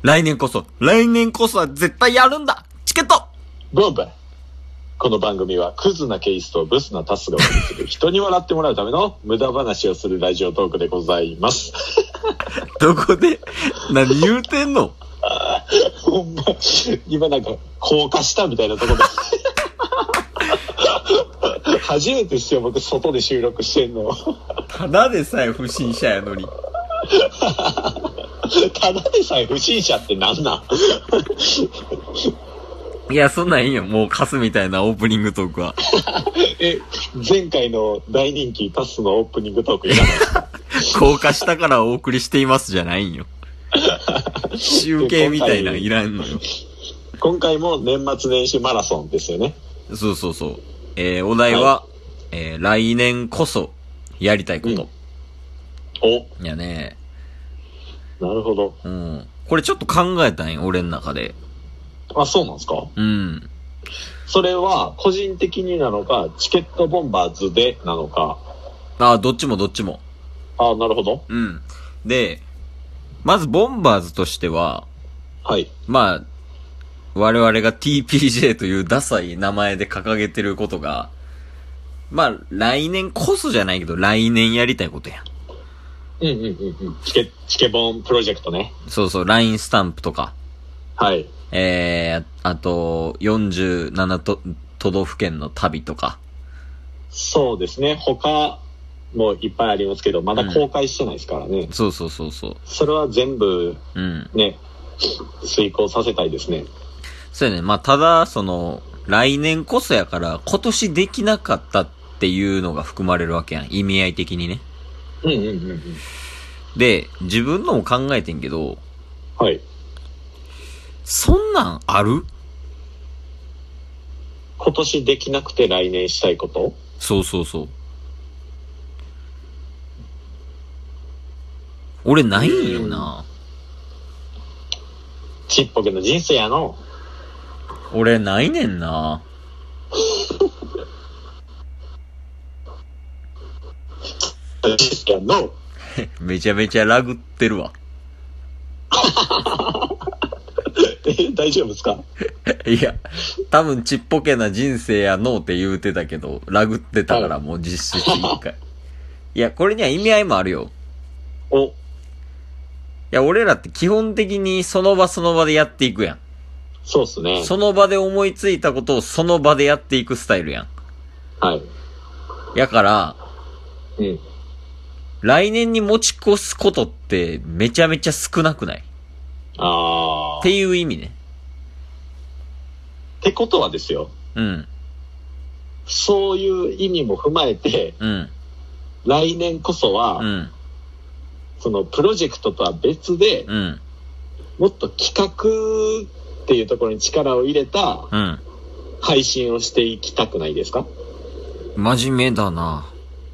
来年こそは絶対やるんだ。チケットボンバー。この番組はクズなケイスとブスなタスがお送りする人に笑ってもらうための無駄話をするラジオトークでございます。 どこで何言うてんの？ ほんま今なんか高架したみたいなところで初めてですよ、僕外で収録してんの。 ただでさえ不審者やのに。 ただでさえ不審者ってなんなん？ いや、そんなんいいよ。もうカスみたいなオープニングトークは。 前回の大人気タスのオープニングトークいらないですか？ 高架下からお送りしていますじゃないんよ。集計みたいなんいらんのよ。 今回も年末年始マラソンですよね。 そうそうそう。お題は、来年こそやりたいこと。 お。 いやね。 なるほど。 うん。これちょっと考えたんよ、俺の中で。 あ、そうなんですか？ うん。 それは個人的になのか、チケットボンバーズでなのか。 あ、どっちも。 あ、なるほど。 うん。で、まずボンバーズとしては、 はい。 まあ、我々が TPJ というダサい名前で掲げてることが、まあ、来年こそじゃないけど、来年やりたいことやん。 チケボンプロジェクトね。 そうそう、LINE スタンプとか。 はい。 あと、47都道府県の旅とか。 そうですね。他もいっぱいありますけど、まだ公開してないですからね。 そう。それは全部、ね、遂行させたいですね。 そうやね。まあ、ただ、来年こそやから、今年できなかったっていうのが含まれるわけやん。意味合い的にね。で、自分のも考えてんけど、 はい。 そんなんある？ 今年できなくて来年したいこと？ そう。俺ないんよな。 ちっぽけの人生やの。 俺ないねんな。 やの。 めちゃめちゃラグってるわ。 大丈夫ですか？ いや、多分ちっぽけな人生やのうって言うてたけど、ラグってたからもう実質一回。いや、これには意味合いもあるよ。 お。 いや、俺らって基本的にその場でやっていくやん。 そうっすね。 その場で思いついたことをその場でやっていくスタイルやん。 はい。 やから、来年に持ち越すことってめちゃめちゃ少なくない？っていう意味ね。 ってことはですよ。そういう意味も踏まえて、来年こそは、そのプロジェクトとは別で、もっと企画っていうところに力を入れた、配信をしていきたくないですか？ 真面目だな。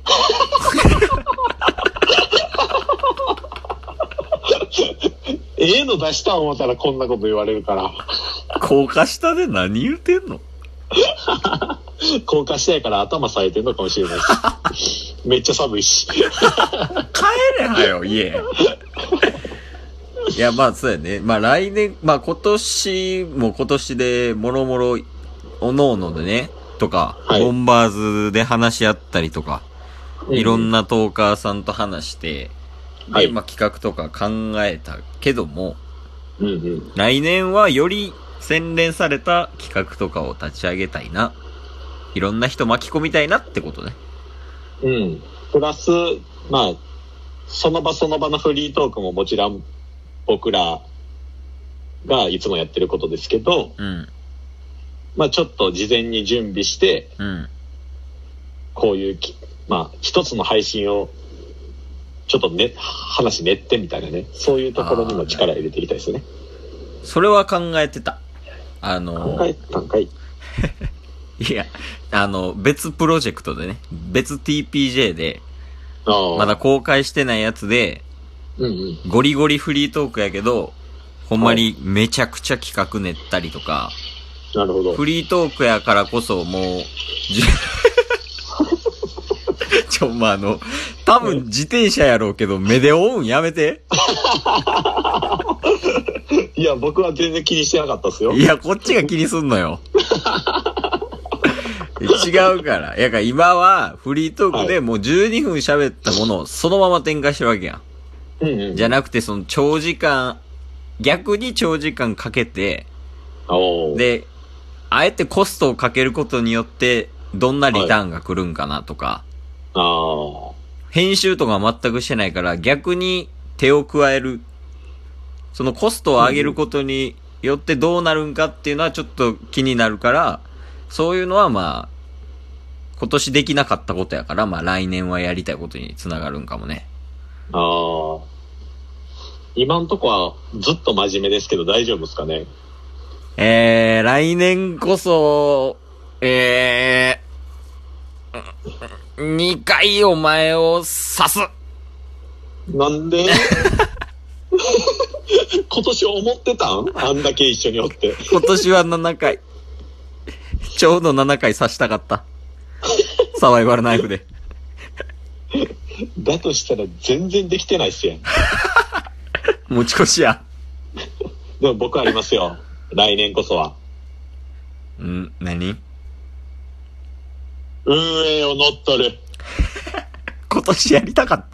の出した思ったらこんなこと言われるから。 高架下で何言うてんの？ 高架下やから頭冴えてんのかもしれないです。めっちゃ寒いし。帰れはよ、家。いや、まあ、そうやね。まあ、来年、まあ、今年も今年で、もろもろ、おのおのでね、とか、ボンバーズで話し合ったりとか、いろんなトーカーさんと話して、で、まあ、企画とか考えたけども、来年はより洗練された企画とかを立ち上げたいな。いろんな人巻き込みたいなってことね。 プラス、まあ、その場のフリートークももちろん僕らがいつもやってることですけど、まあちょっと事前に準備して、こういうまあ一つの配信をちょっとね、話練ってみたいなね、そういうところにも力入れていきたいですよね。 それは考えてた。 考えてたんかい。 いや、別プロジェクトでね、別 TPJ で、まだ公開してないやつで、ゴリゴリフリートークやけど、ほんまにめちゃくちゃ企画練ったりとか、 なるほど。 フリートークやからこそもう、まあ、多分自転車やろうけど、目で追うんやめて。 いや、僕は全然気にしてなかったっすよ。 いや、こっちが気にすんのよ。違うから。やから今はフリートークでもう12分喋ったものをそのまま展開してるわけやん。じゃなくてその長時間、逆に長時間かけて、で、あえてコストをかけることによってどんなリターンが来るんかなとか、編集とか全くしてないから逆に手を加える。そのコストを上げることによってどうなるんかっていうのはちょっと気になるから、そういうのはまあ、今年できなかったことやから、まあ来年はやりたいことにつながるんかもね。 今んとこはずっと真面目ですけど大丈夫ですかね。 来年こそ、2回お前を刺す。 なんで今年思ってたん？あんだけ一緒におって。 今年は7回。ちょうど7回刺したかった。サバイバルナイフで。 だとしたら全然できてないっすやん。 持ち越しや。 でも僕ありますよ。来年こそは。 何？ 運営を乗っ取る。 今年やりたかった？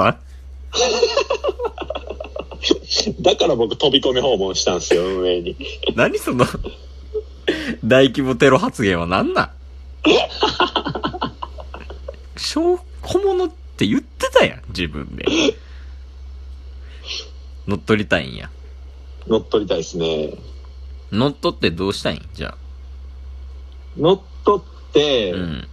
だから僕飛び込み訪問したんですよ、運営に。 何その大規模テロ発言は何なん？小物って言ってたやん、自分で。乗っ取りたいんや。 乗っ取りたいですね。 乗っ取ってどうしたいん？じゃあ。 乗っ取って、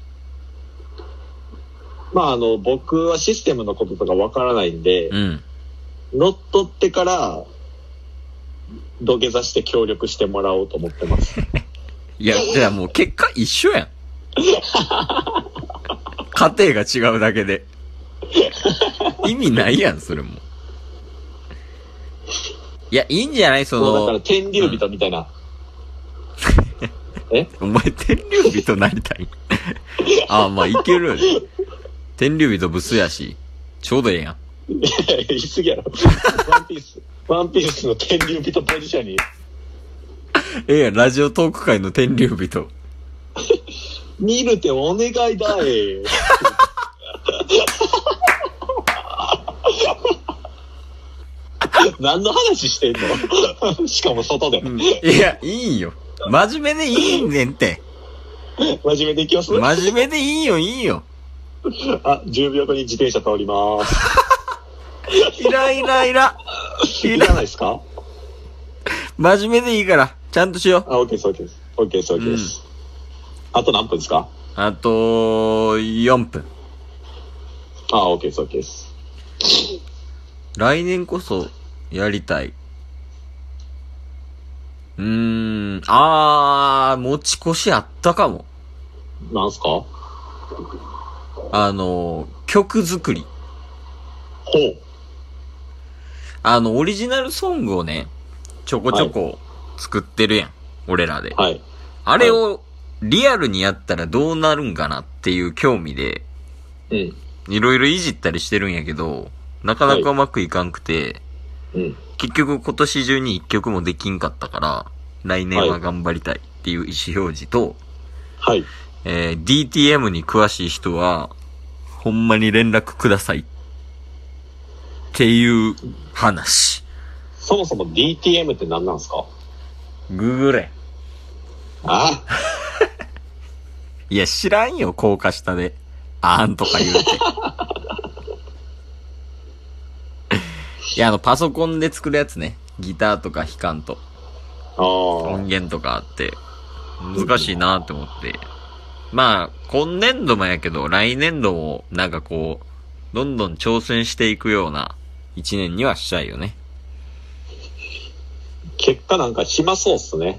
まあ僕はシステムのこととかわからないんで、乗っ取ってから土下座して協力してもらおうと思ってます。 いや、じゃあもう結果一緒やん。過程が違うだけで。意味ないやん、それも。いや、いいんじゃない？その。 だから天竜人みたいな。 お前天竜人なりたい？ああ、まあいける。天竜人ブスやし、ちょうどええやん。 いや、言い過ぎやろ。ワンピースの天竜人ポジションに。 ラジオトーク界の天竜人。 見るてお願いだ何の話してんの？しかも外で。 いや、いいよ。真面目でいいねんって。 真面目でいきます？ 真面目でいいよ、いいよ。 あ、10秒後に自転車通りまーす。 いらないですか？ 真面目でいいから、ちゃんとしよう。 オッケーです、オッケーです。オッケーです、オッケーです。あと何分ですか？ あと、4分。 オッケーです、オッケーです。 来年こそ、やりたい。持ち越しあったかも。 なんすか？ 曲作り。 ほう。 オリジナルソングをね、ちょこちょこ作ってるやん。俺らで。 はい。 あれをリアルにやったらどうなるんかなっていう興味で、いろいろいじったりしてるんやけど、なかなかうまくいかんくて、結局今年中に1曲もできんかったから、来年は頑張りたいっていう意思表示と、DTM に詳しい人は、ほんまに連絡くださいっていう話。 そもそも DTM って何なんすか？ ググれ。いや、知らんよ、高架下で。とか言うて。いや、パソコンで作るやつね。ギターとか弾かんと。音源とかあって、難しいなって思って。まあ、今年度もやけど、来年度もなんかこう、どんどん挑戦していくような一年にはしたいよね。 結果なんか暇そうっすね。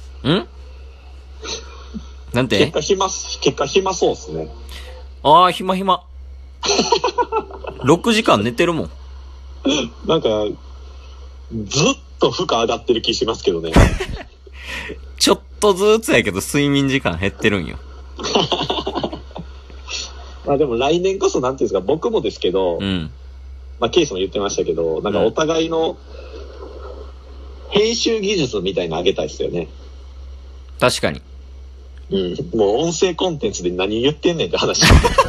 なんて？ 結果暇そうっすね。 暇。6時間寝てるもん。 なんか、ずっと負荷上がってる気しますけどね。 ちょっとずつやけど睡眠時間減ってるんよ。 まあでも来年こそなんていうんですか、僕もですけど、まあケイスも言ってましたけど、なんかお互いの編集技術みたいなの上げたいですよね。 確かに。 うん。もう音声コンテンツで何言ってんねんって話。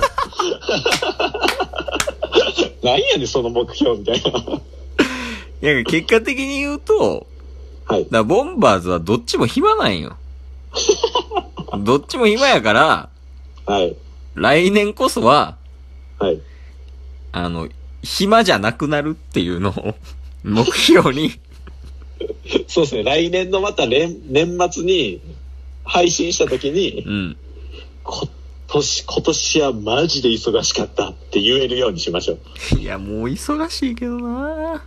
何やねんその目標みたいな。 いや、結果的に言うと、 はい。 ボンバーズはどっちも暇なんよ。どっちも暇やから、 はい。 来年こそは、 はい。 暇じゃなくなるっていうのを目標に。 そうですね。来年のまた年末に配信した時に、 うん。 今年はマジで忙しかったって言えるようにしましょう。 いや、もう忙しいけどな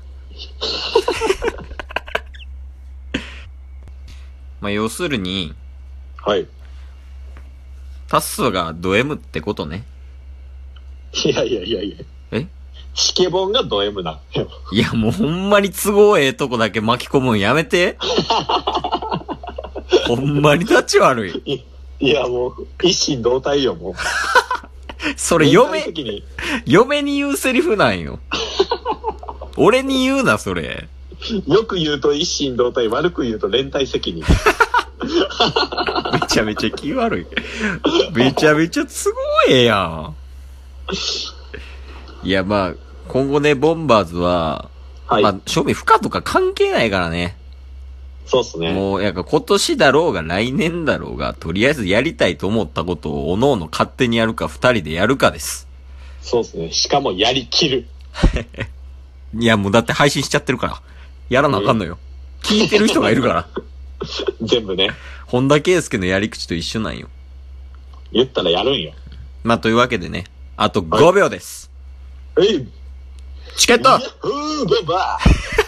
まあ、要するに、 はい。 タッソがド M ってことね。 いや。 え？ チケボンがド M なんよ。 いや、もうほんまに都合ええとこだけ巻き込むんやめて。ほんまに立ち悪い。 いや、もう、一心同体よ、もう。 それ嫁に言うセリフなんよ。俺に言うな、それ。 よく言うと一心同体、悪く言うと連帯責任。 めちゃめちゃ気悪い。めちゃめちゃ都合ええやん。いや、まあ、今後ね、ボンバーズは、 はい。 まあ、正味負荷とか関係ないからね。 そうっすね。 もう、やっぱ今年だろうが来年だろうが、とりあえずやりたいと思ったことを、おのおの勝手にやるか、二人でやるかです。 そうっすね。しかもやりきる。 いや、もうだって配信しちゃってるから。やらなあかんのよ。聞いてる人がいるから。 全部ね。 本田圭佑のやり口と一緒なんよ。 言ったらやるんよ。 まあ、というわけでね、あと5秒です。 はい、 チケットボンバー